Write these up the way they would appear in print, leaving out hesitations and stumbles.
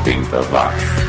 80 watts.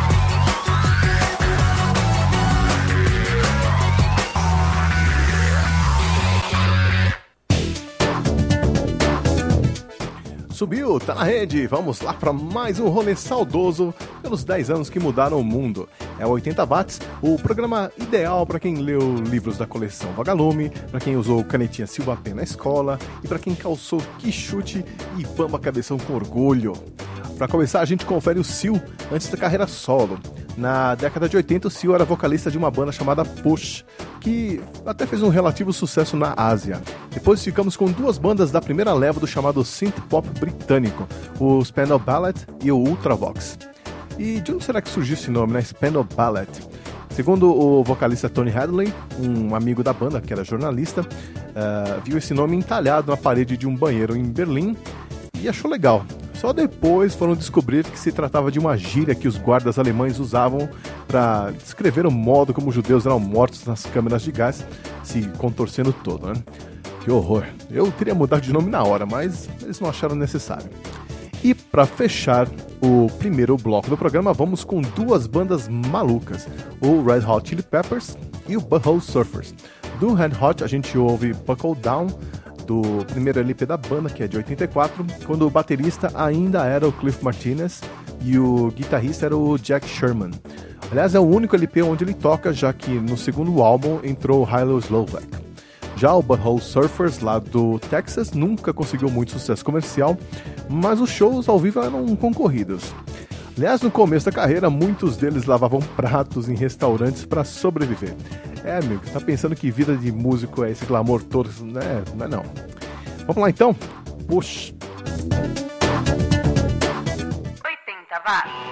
Subiu, tá na rede, vamos lá para mais um rolê saudoso pelos 10 anos que mudaram o mundo. É o 80 watts, o programa ideal para quem leu livros da coleção Vagalume, para quem usou canetinha Silva Pen na escola e para quem calçou quichute e bamba cabeção com orgulho. Para começar, a gente confere o Seal antes da carreira solo. Na década de 80, o Seal era vocalista de uma banda chamada Push, que até fez um relativo sucesso na Ásia. Depois ficamos com duas bandas da primeira leva do chamado synth pop britânico, o Spandau Ballet e o Ultravox. E de onde será que surgiu esse nome, né? Spandau Ballet. Segundo o vocalista Tony Hadley, um amigo da banda, que era jornalista, viu esse nome entalhado na parede de um banheiro em Berlim e achou legal. Só depois foram descobrir que se tratava de uma gíria que os guardas alemães usavam para descrever o modo como os judeus eram mortos nas câmeras de gás, se contorcendo todo, né? Que horror! Eu teria mudado de nome na hora, mas eles não acharam necessário. E para fechar o primeiro bloco do programa, vamos com duas bandas malucas, o Red Hot Chili Peppers e o Butthole Surfers. Do Red Hot a gente ouve Buckle Down, do primeiro LP da banda, que é de 84, quando o baterista ainda era o Cliff Martinez e o guitarrista era o Jack Sherman. Aliás, é o único LP onde ele toca, já que no segundo álbum entrou o Hilo Slovak. Já o Butthole Surfers, lá do Texas, nunca conseguiu muito sucesso comercial, mas os shows ao vivo eram concorridos. Aliás, no começo da carreira, muitos deles lavavam pratos em restaurantes para sobreviver. Amigo, tá pensando que vida de músico é esse glamour todo? Né? Não é não. Vamos lá então? Puxa! 80 watts.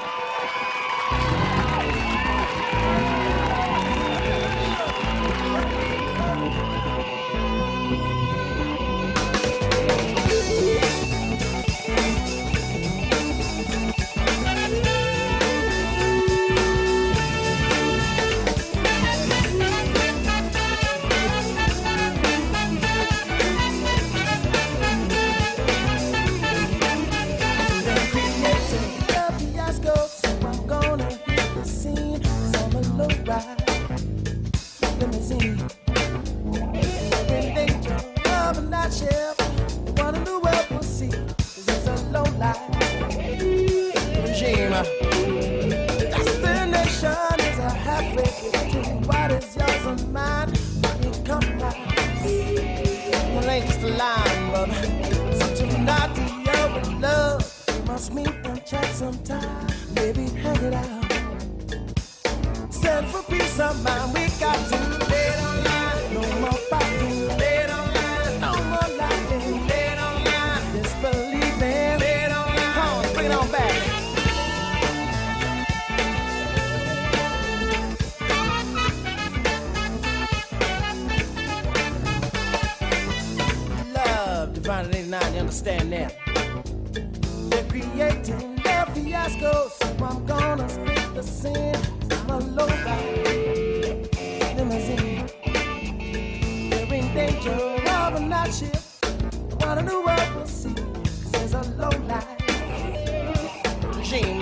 Understand that they're creating their fiasco, so I'm gonna split the sin. I'm a low-ride limousine. They're in danger of a night shift. I wanna know what we'll see, 'cause there's a low-life regime.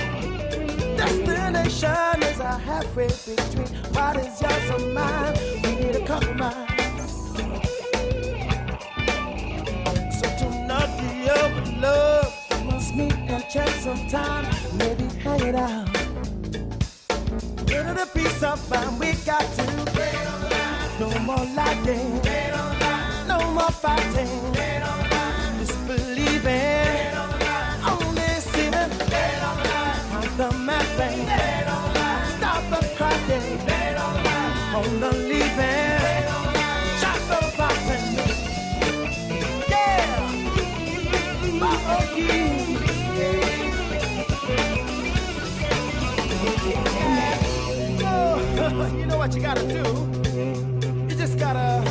Destination is a halfway between what is yours and mine. We need a compromise. Love, must meet and check some time, maybe hang it out. Get the peace of mind, we got to get online. No more lying, get online. No more fighting, get online. Disbelieving, get online. Only sinning, get online. Count the mapping, get online. Stop the crying, get online. On the leaving, get online. Shut the fighting. You know what you gotta do? You just gotta.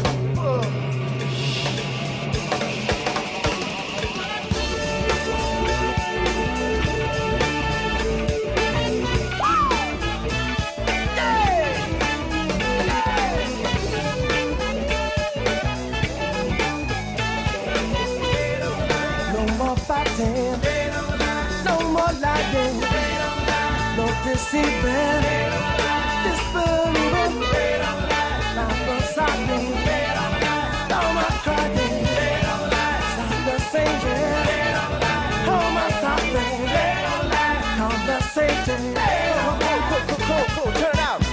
No more fighting, no more lying. deceiving, disbelieving, not forsaken, don't my crying, stop the singing, hold my talking, conversation, cool, turn it out.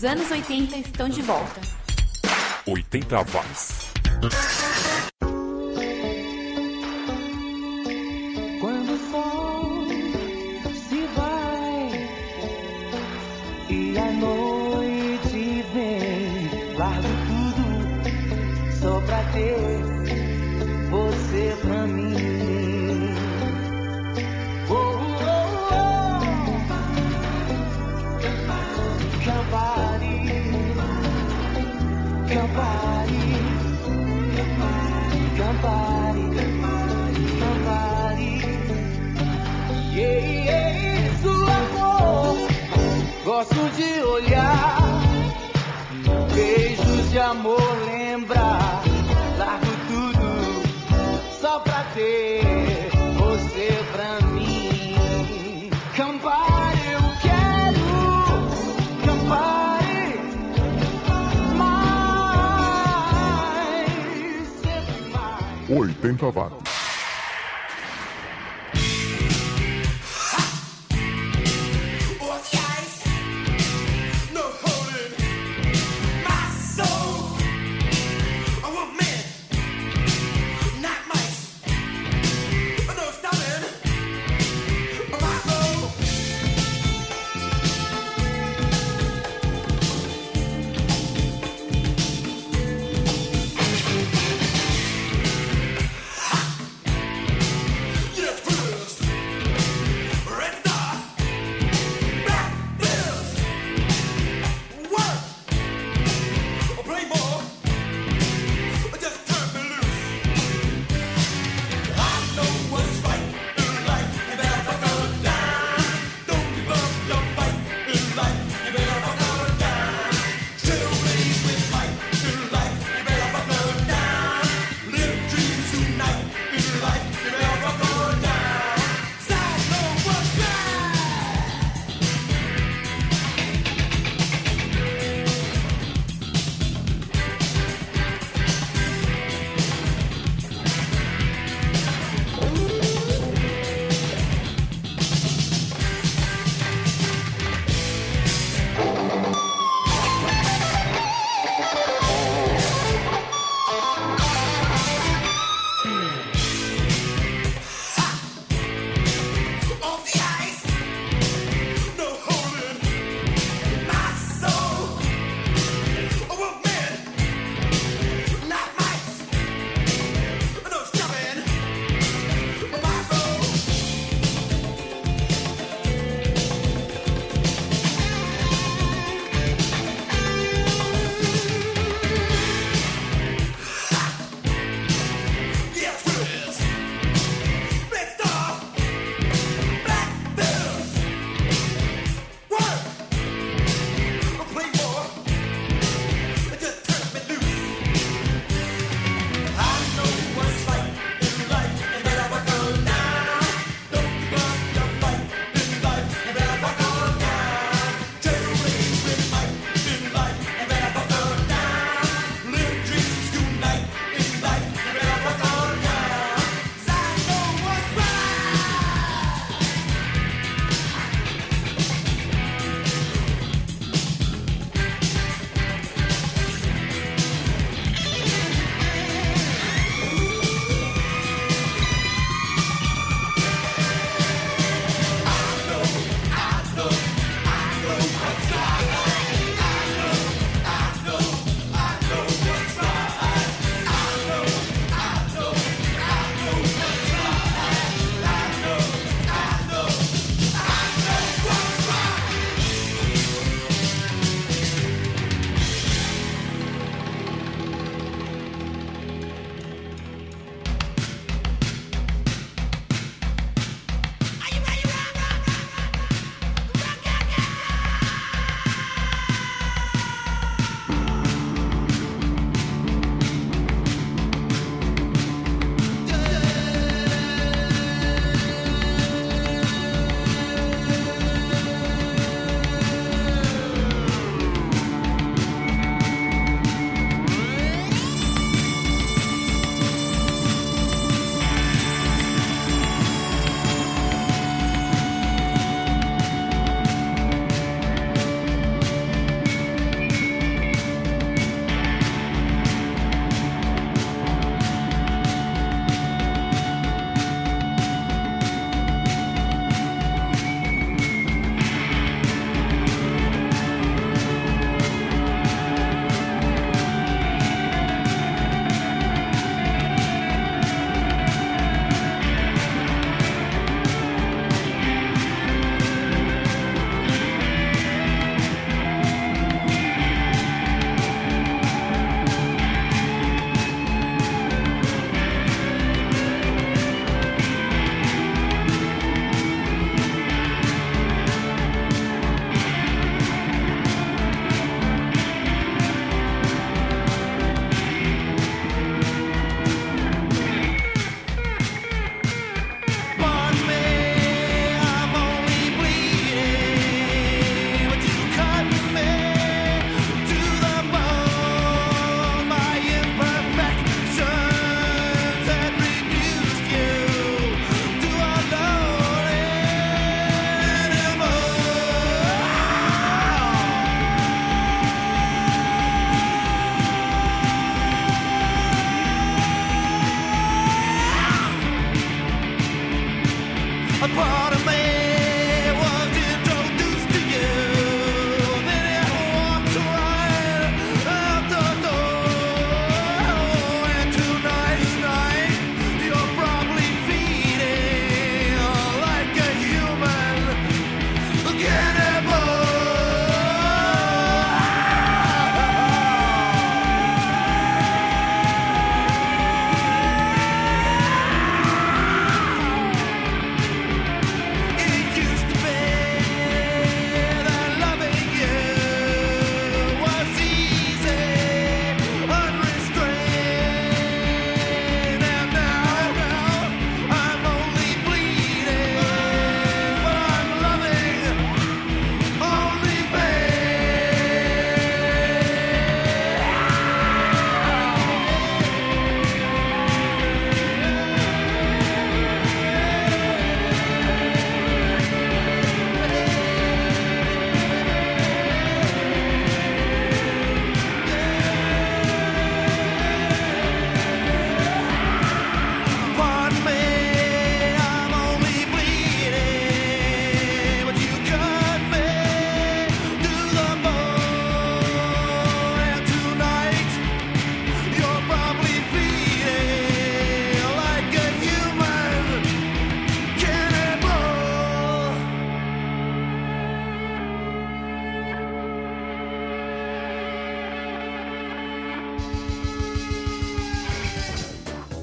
Os anos 80 estão de volta. 80 watts. Quando o sol se vai e a noite vem, largo tudo só pra ter você pra mim. Oh, oh, oh. Campari, Campari, Campari, Campari. Yeah, yeah, sua cor, gosto de olhar, beijos de amor lembrar, largo tudo só pra ter você pra mim. Campari, eu quero Campari, mais, sempre mais. 80 watts.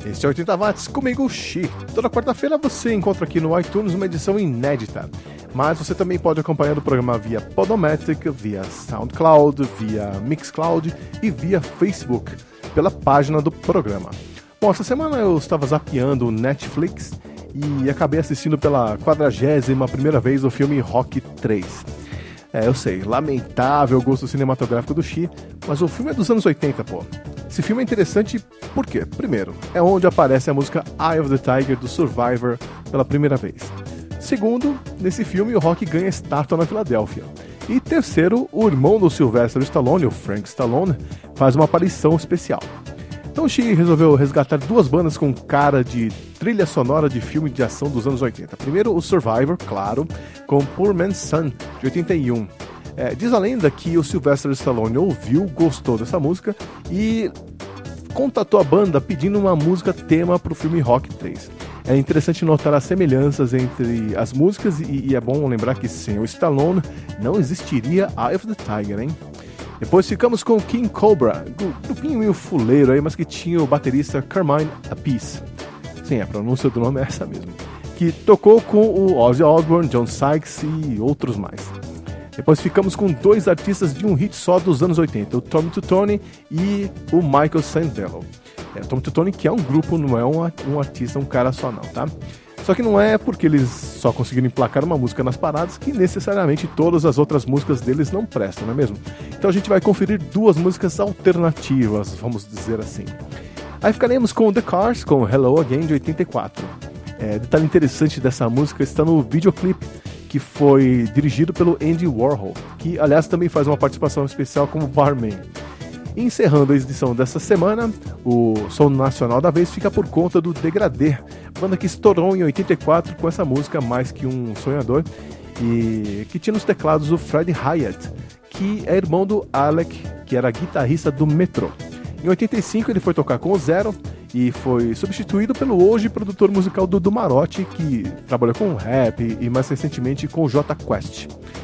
Este é 80 Watts, comigo, Xi. Toda quarta-feira você encontra aqui no iTunes uma edição inédita. Mas você também pode acompanhar o programa via Podomatic, via SoundCloud, via Mixcloud e via Facebook, pela página do programa. Bom, essa semana eu estava zapeando o Netflix e acabei assistindo pela 41ª vez o filme Rocky 3. Eu sei, lamentável o gosto cinematográfico do Xi, mas o filme é dos anos 80, pô. Esse filme é interessante por quê? Primeiro, é onde aparece a música Eye of the Tiger do Survivor pela primeira vez. Segundo, nesse filme o Rocky ganha estátua na Filadélfia. E terceiro, o irmão do Sylvester Stallone, o Frank Stallone, faz uma aparição especial. Então o Xi resolveu resgatar duas bandas com cara de trilha sonora de filme de ação dos anos 80. Primeiro, o Survivor, claro, com Poor Man's Son, de 81. Diz a lenda que o Sylvester Stallone ouviu, gostou dessa música e contatou a banda pedindo uma música tema para o filme Rocky 3. É interessante notar as semelhanças entre as músicas e é bom lembrar que sem o Stallone não existiria Eye of the Tiger, hein? Depois ficamos com King Cobra, grupinho meio fuleiro aí, mas que tinha o baterista Carmine Appice. Sim, a pronúncia do nome é essa mesmo. Que tocou com o Ozzy Osbourne, John Sykes e outros mais. Depois ficamos com dois artistas de um hit só dos anos 80, o Tommy Tutone e o Michael Sandelo. Tommy Tutone, que é um grupo, não é um artista, um cara só não, tá? Só que não é porque eles só conseguiram emplacar uma música nas paradas que necessariamente todas as outras músicas deles não prestam, não é mesmo? Então a gente vai conferir duas músicas alternativas, vamos dizer assim. Aí ficaremos com The Cars, com Hello Again, de 84. Detalhe interessante dessa música está no videoclipe, que foi dirigido pelo Andy Warhol, que aliás também faz uma participação especial como barman. E encerrando a edição dessa semana, o som nacional da vez fica por conta do Degradê, banda que estourou em 84 com essa música Mais Que Um Sonhador, e que tinha nos teclados o Fred Hyatt, que é irmão do Alec, que era guitarrista do Metrô. Em 85 ele foi tocar com o Zero e foi substituído pelo hoje produtor musical Dudu Marotti, que trabalhou com rap e mais recentemente com o Jota Quest.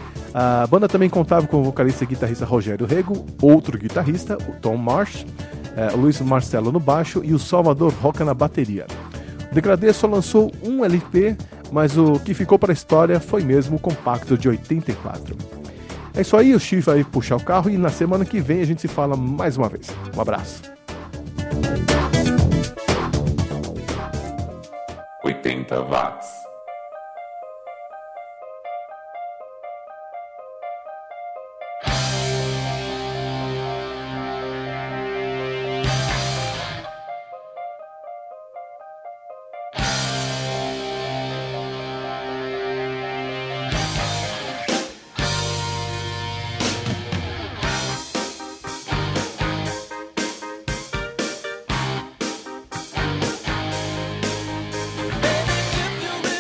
A banda também contava com o vocalista e guitarrista Rogério Rego, outro guitarrista, o Tom Marsh, o Luiz Marcelo no baixo e o Salvador Roca na bateria. O Degradê só lançou um LP, mas o que ficou para a história foi mesmo o compacto de 84. É isso aí, o Xi vai puxar o carro e na semana que vem a gente se fala mais uma vez. Um abraço. 80 watts. If you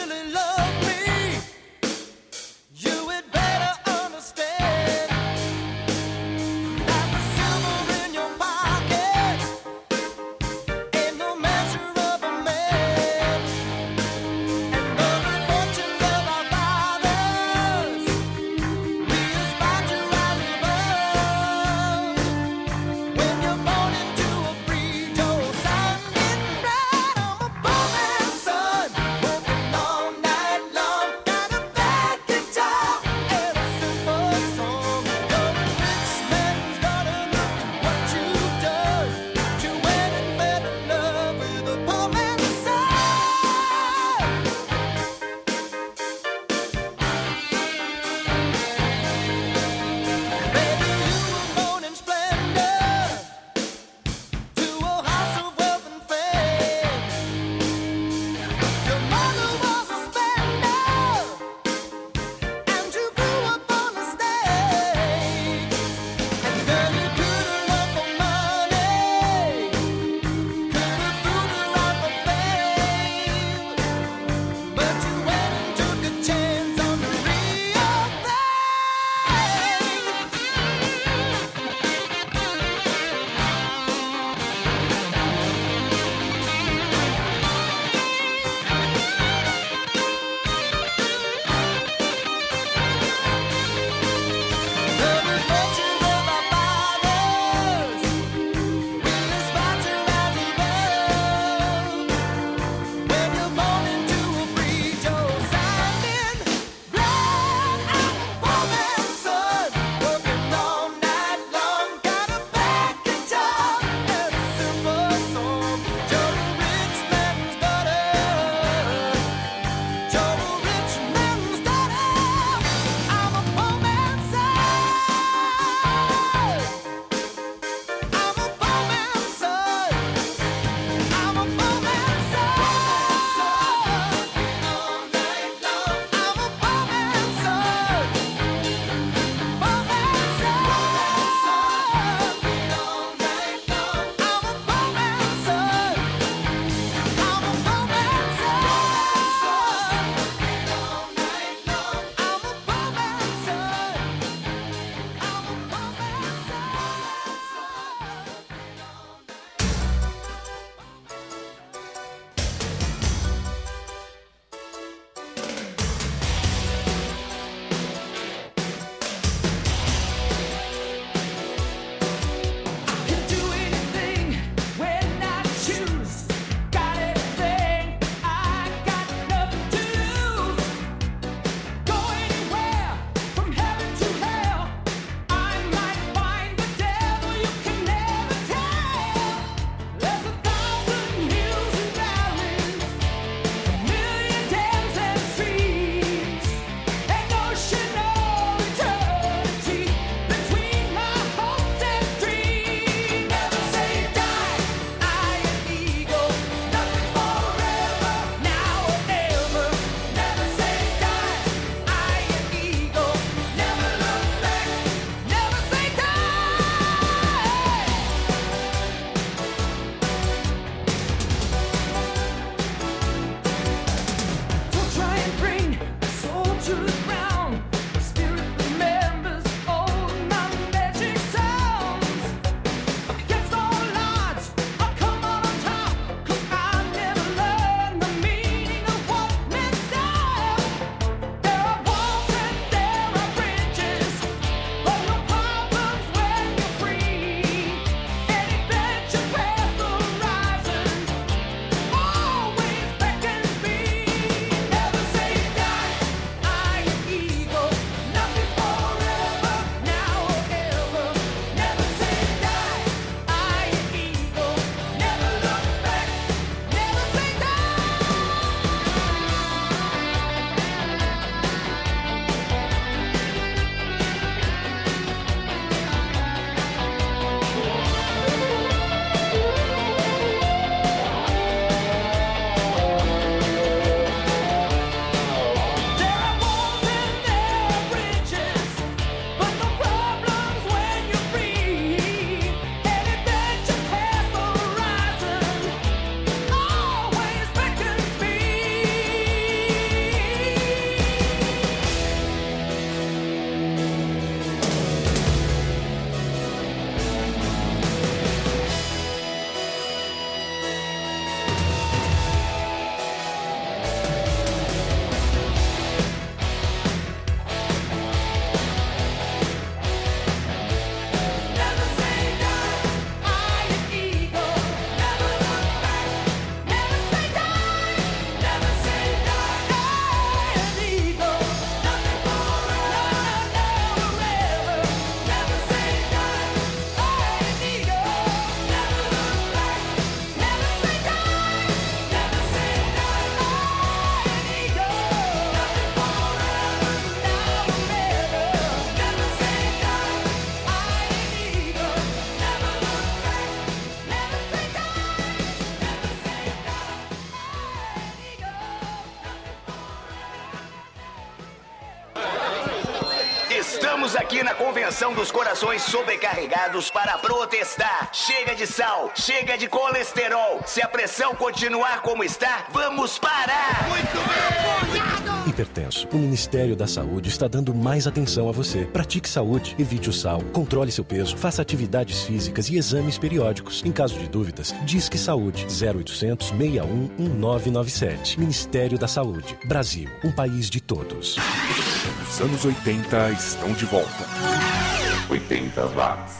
Estamos aqui na Convenção dos Corações Sobrecarregados para protestar. Chega de sal, chega de colesterol. Se a pressão continuar como está, vamos parar. Muito bem! Hipertenso. O Ministério da Saúde está dando mais atenção a você. Pratique saúde, evite o sal, controle seu peso, faça atividades físicas e exames periódicos. Em caso de dúvidas, Disque Saúde 0800 61 1997. Ministério da Saúde. Brasil, um país de todos. Os anos 80 estão de volta. 80 watts.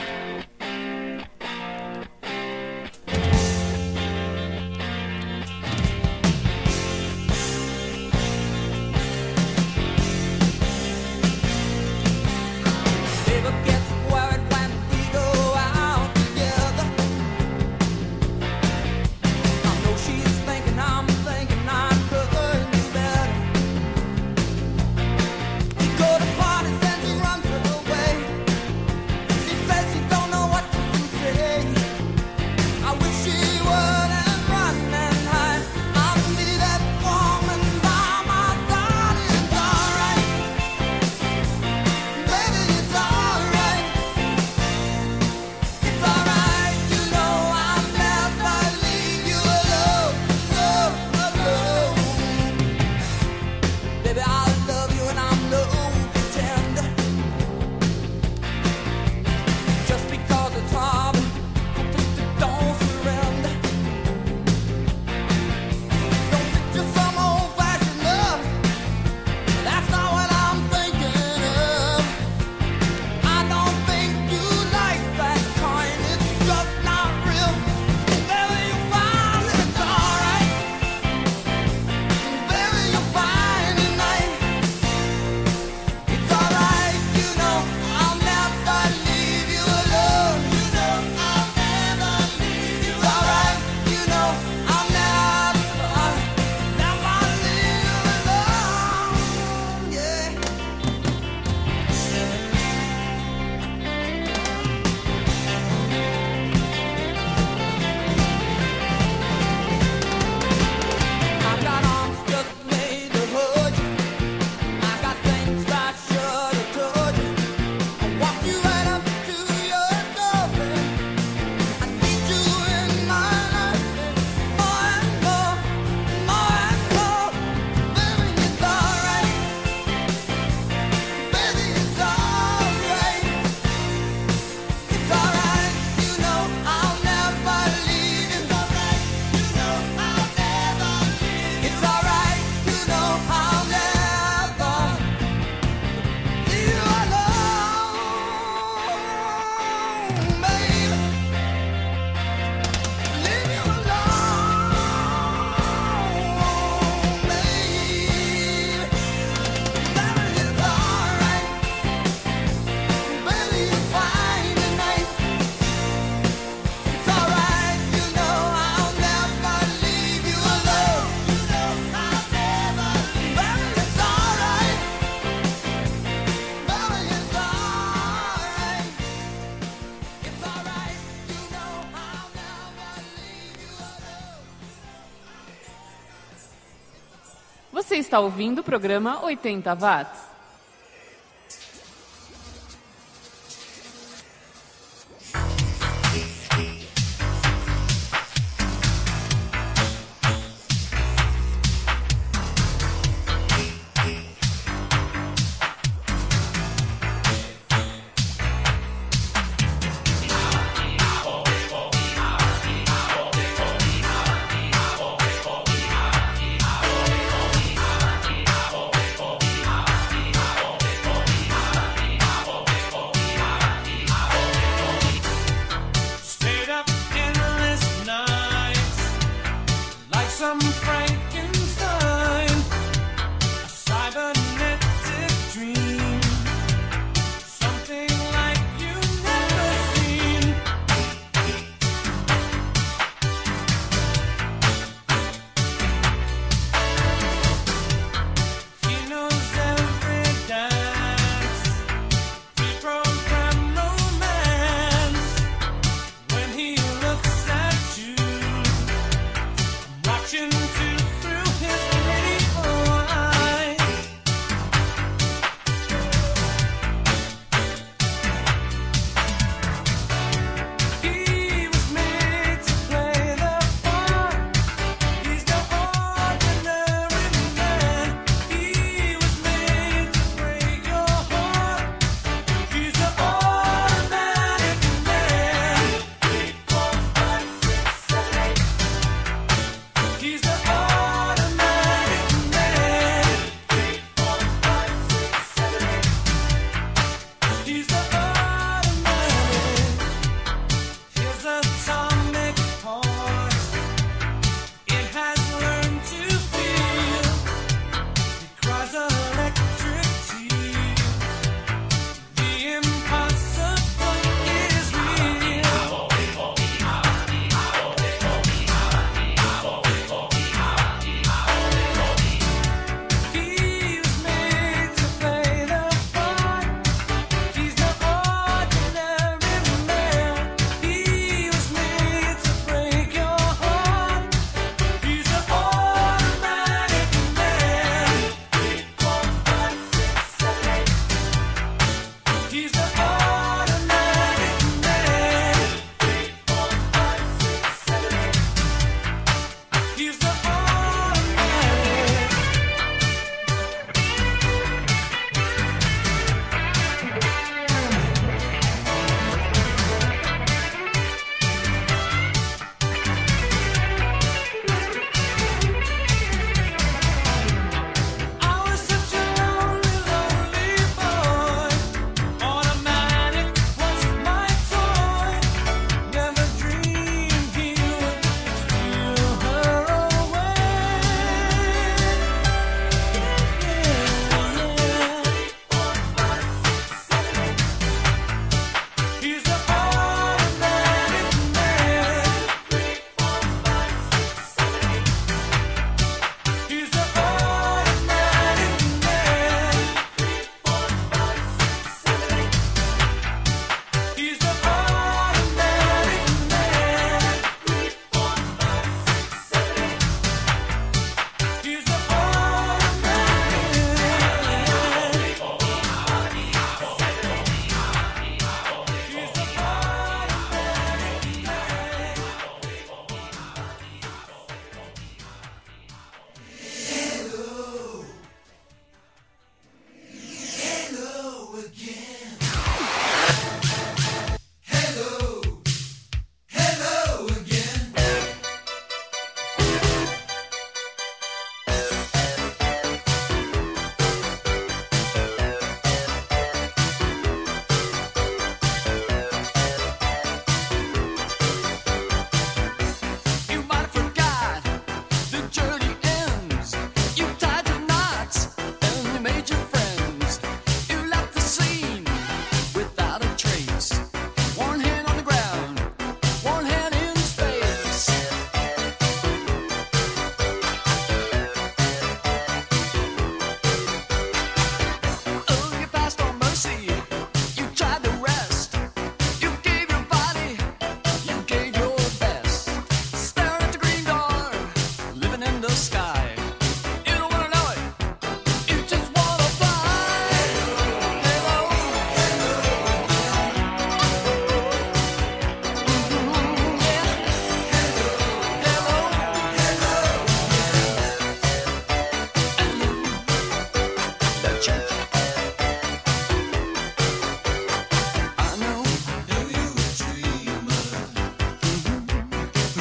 Você está ouvindo o programa 80 Watts.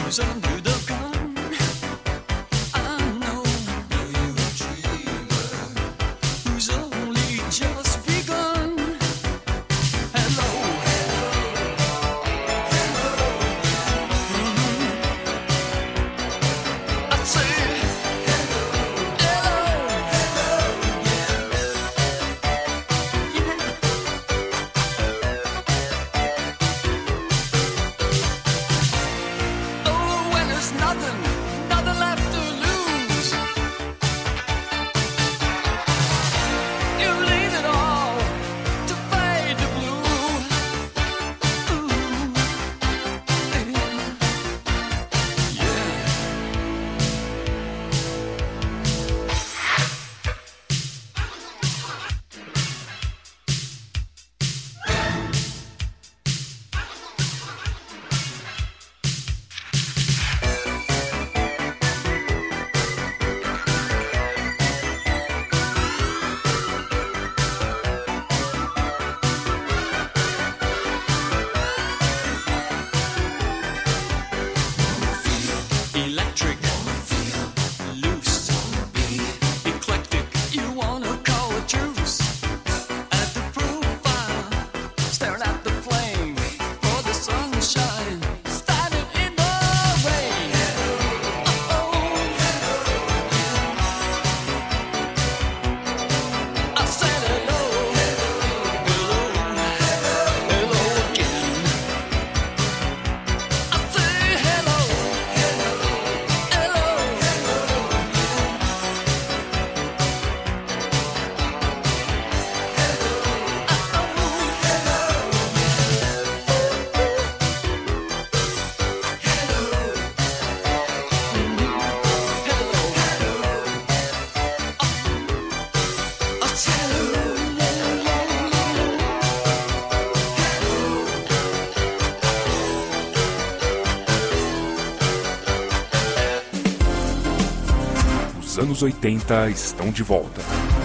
Anos 80 estão de volta.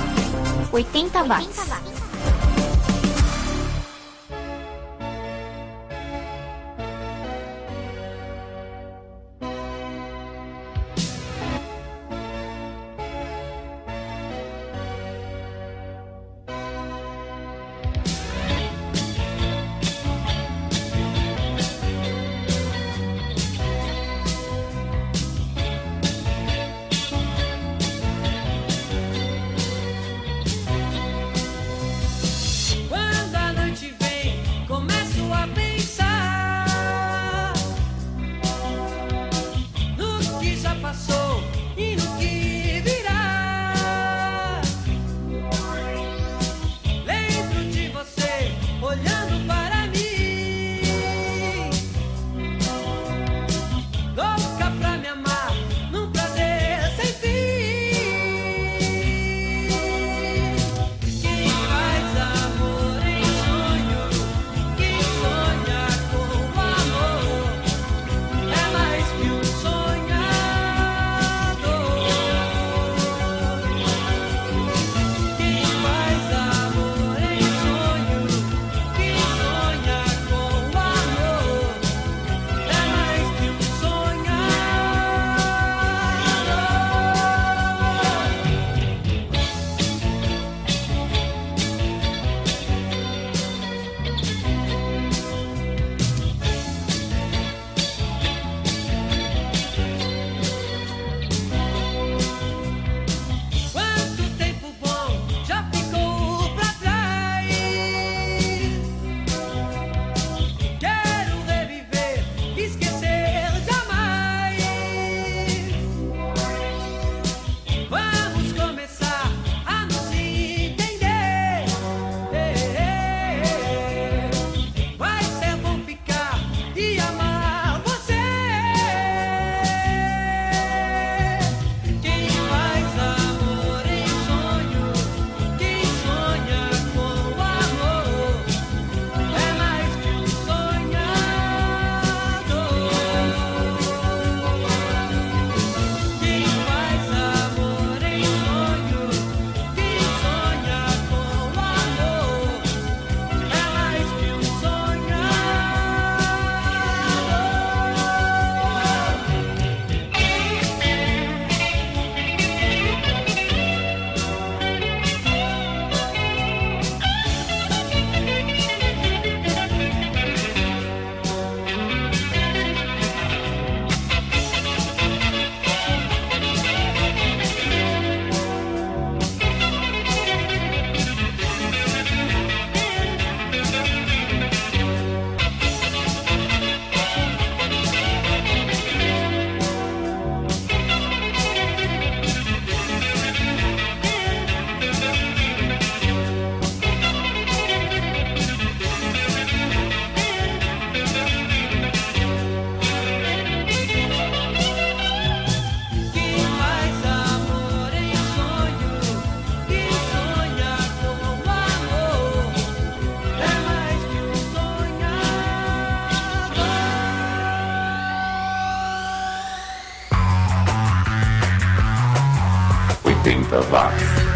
80 watts. 80 watts.